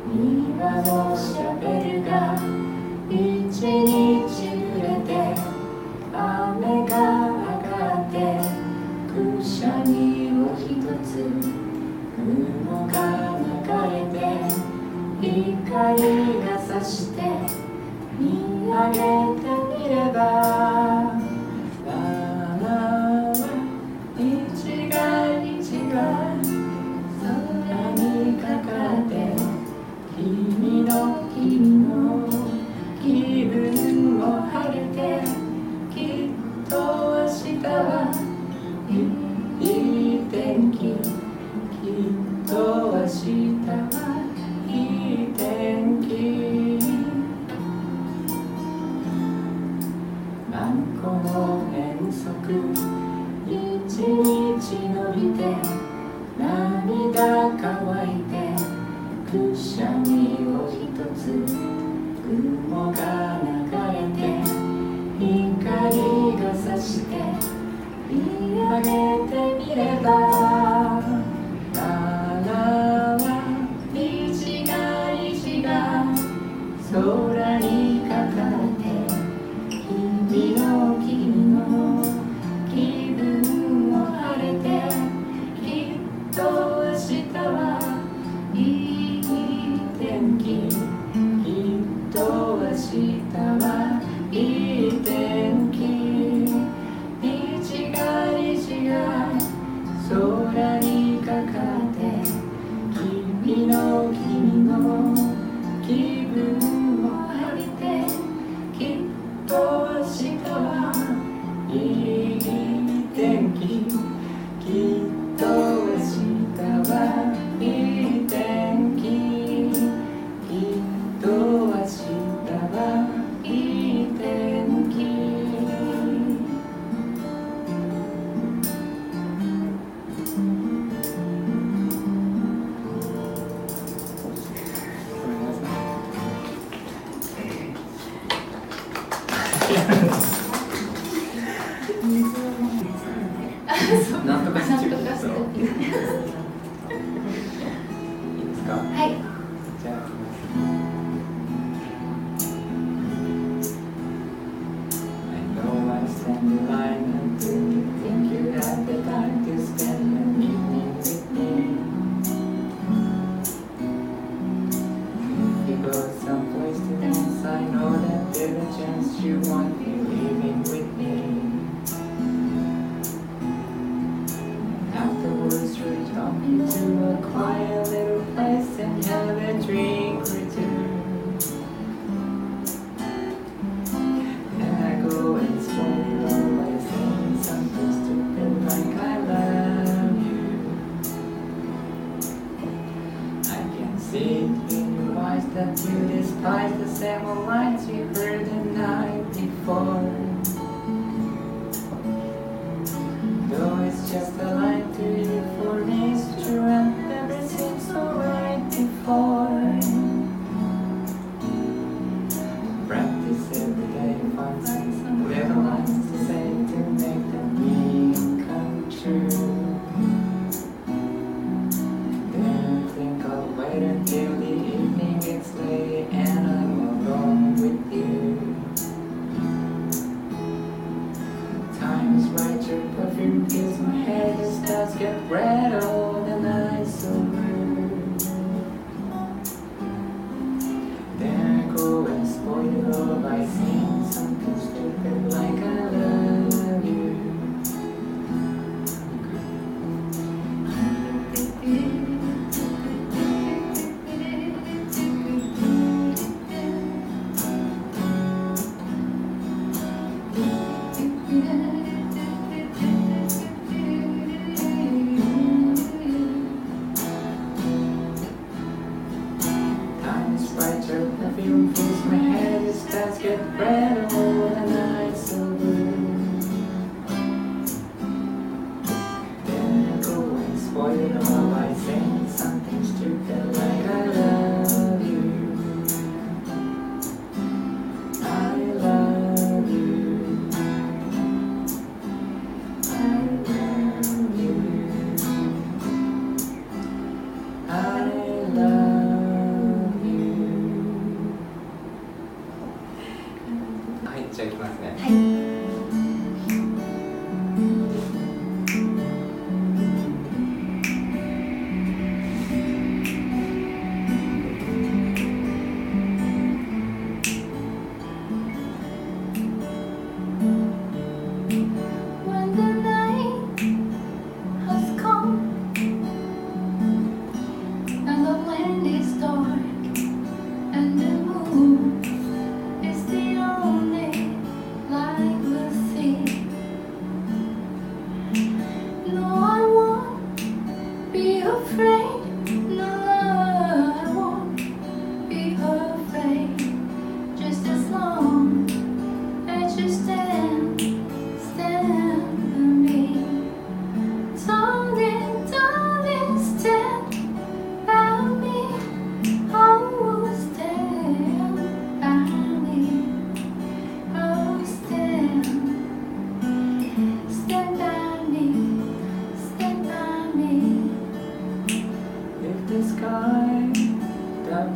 庭のシャベルが一日濡れて雨が上がってくしゃみを一つ雲が流れて光が差して見上げてみれば虹が空にかかって君の気分を晴れてきっと明日はいい天気きっと明日はいい天気何個の遠足一日伸びて涙乾いてくしゃみを一つ雲が流れて光が差して見上げてみれば虹が空にかかって君の気分を晴れてきっと明日はいい天気きっと明日はいい天気虹が空にかかって君の気分を晴れてきっと明日はいい天気きっと明日はいい天気きっと明日はいい天気なんとかしていいですか？はい。じゃあI know I stand in line until you think you have the time to spend an evening with me. If you go someplace to dance, I know that there's a chance you won't be leaving with me. Afterwards, we'll jump into a quiet little place and have a drink or two. Then I go and spoil it all by saying something stupid like I love you. I can see it in your eyes that you despise the same old lines you heard the night before. Though it's just a line to you, for me it's true and never seemed so right before. Practice every day, find some little lines to say to make the dream come true. Then I think I'll wait until the evening gets late and I'm alone with you. Time is right, your perfume fills my head, it starts to get red all the night sober. Then I go and spoil it all by saying something stupid like I love you. Your perfume fills my head, it starts to get red all the night sober. Then I go and spoil it all by saying something stupid like I love you. I love you. I love you. I love you.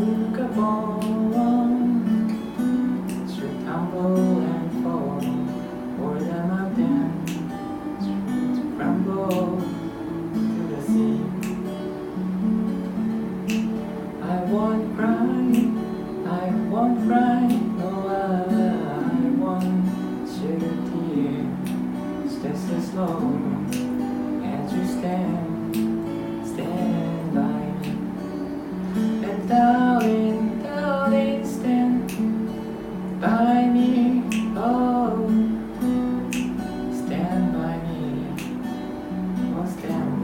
you got born to tumble and fall, or the mountain to crumble to the sea. I won't cry, no, I won't shed a tear. Just as long as you stand by me. And darling, darling, stand by me. Oh, stand by me. Oh, stand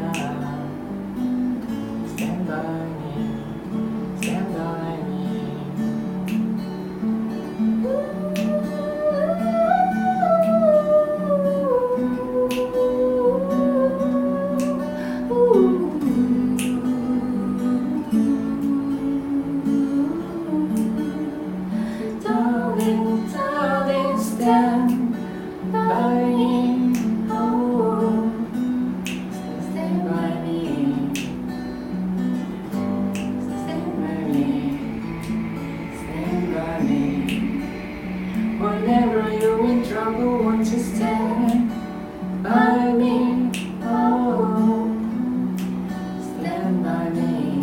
by. Stand by me. Stand by me. Darling, darling, stand by me. Oh, stand by me. Stand by me. Stand by me. Whenever you're in trouble, won't you stand by me? Oh, stand by me.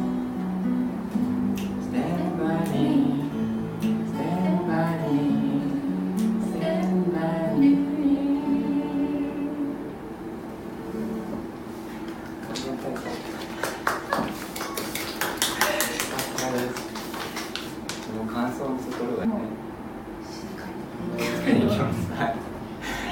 Stand by me. Stand by me. Stand by me. もう感想のところがね、静かにいきます。はい。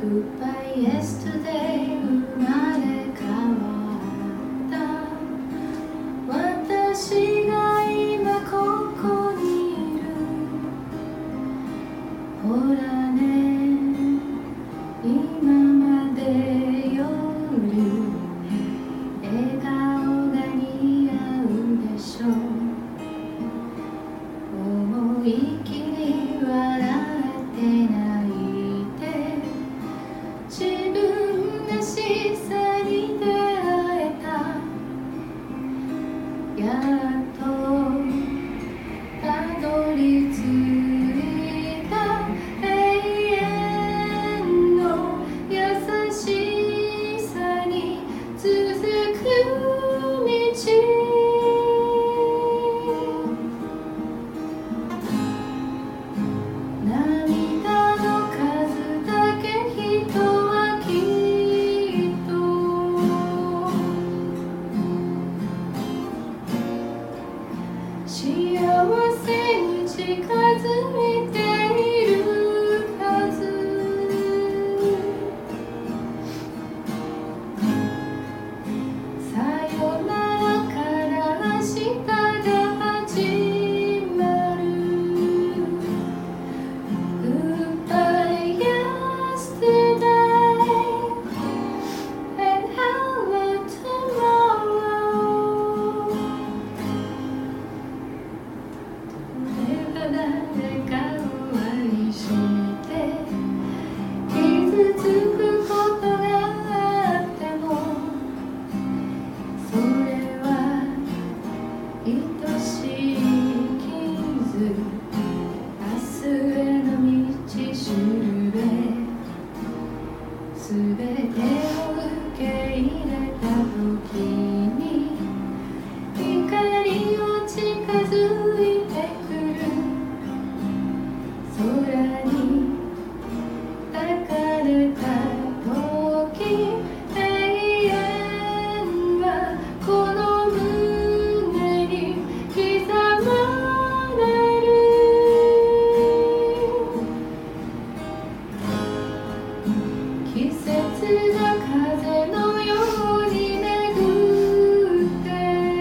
Goodbye yesterday 生まれ変わった私が今ここにいるほらね今までより笑顔が似合うでしょう思い切り笑って泣いて自分らしさに出会えたやっとたどり着いた永遠の優しさに続く道涙の数だけ人はきっと幸せに近づいているはずさよならから明日が始まる Goodbye yesterday and hello tomorrow 誰かを愛して傷つくことがあってもそれは愛しい傷明日への道しるべすべてを受け入れた時に光を近づいてくる空に抱かれた時永遠はこの胸に刻まれる季節が風のように巡って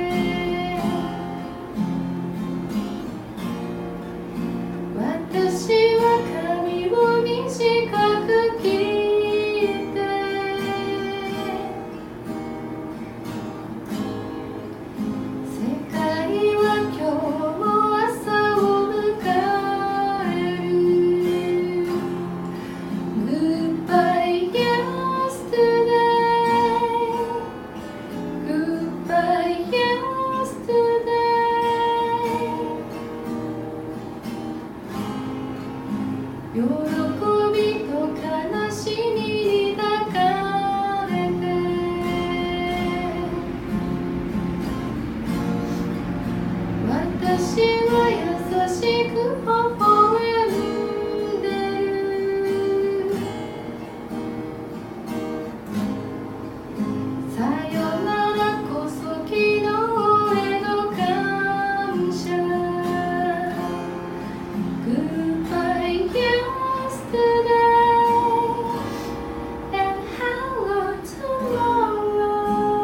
私は髪を短く切って世界は今日も朝を迎える Goodbye yesterday Goodbye yesterday喜びと悲しみに抱かれて私は優しく微笑んでるさよならこそ昨日への感謝 Goodbye yesterday and hello tomorrow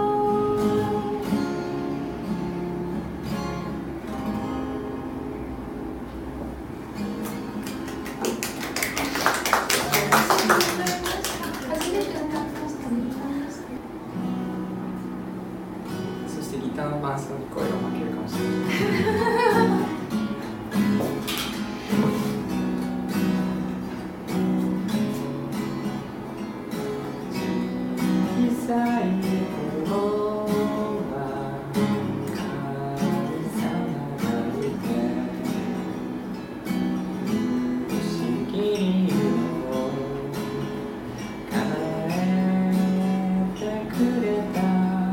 そしてギターの伴奏に声が負けるかもしれない。小さい頃は神様がいて不思議を叶えてくれた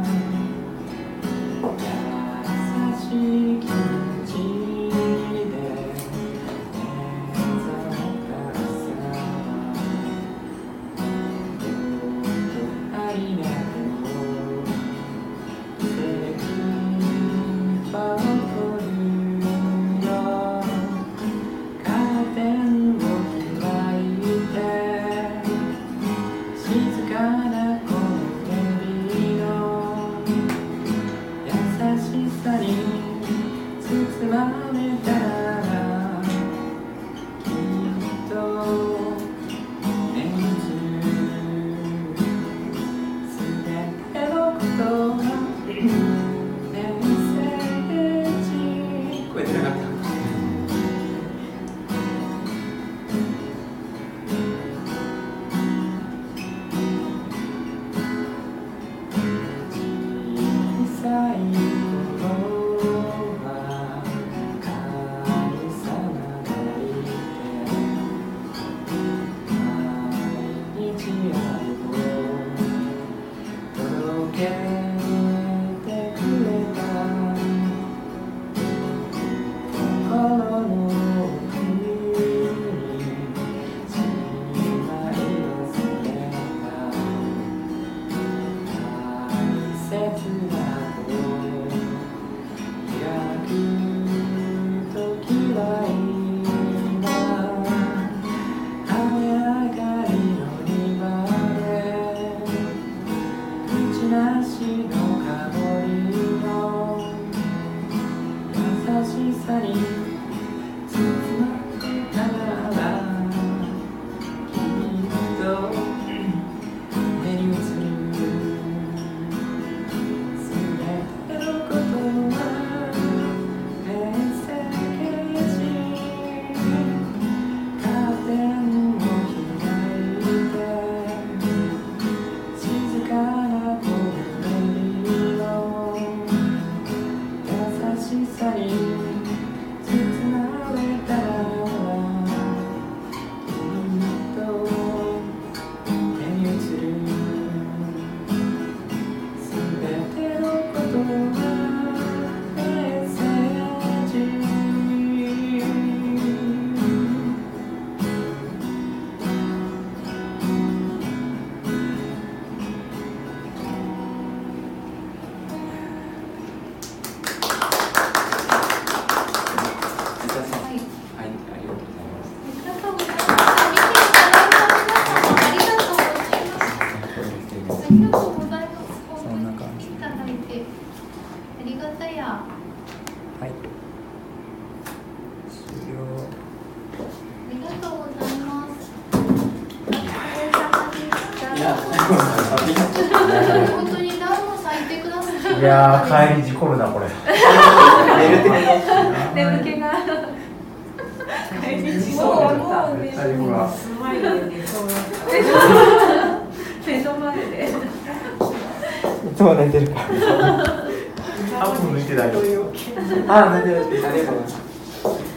優しい気持ちで目覚めた朝ありがとう奇跡は起こるよカーテンを開本当に何も咲いてください。 いやー帰り事故るなこれ。 眠気が眠気が。帰り地獄だった。 最後がスマイルで寝そうだった。目の前で。 いつも寝てるから。 半分抜いてない。 あ、寝てる。ありがとうございます。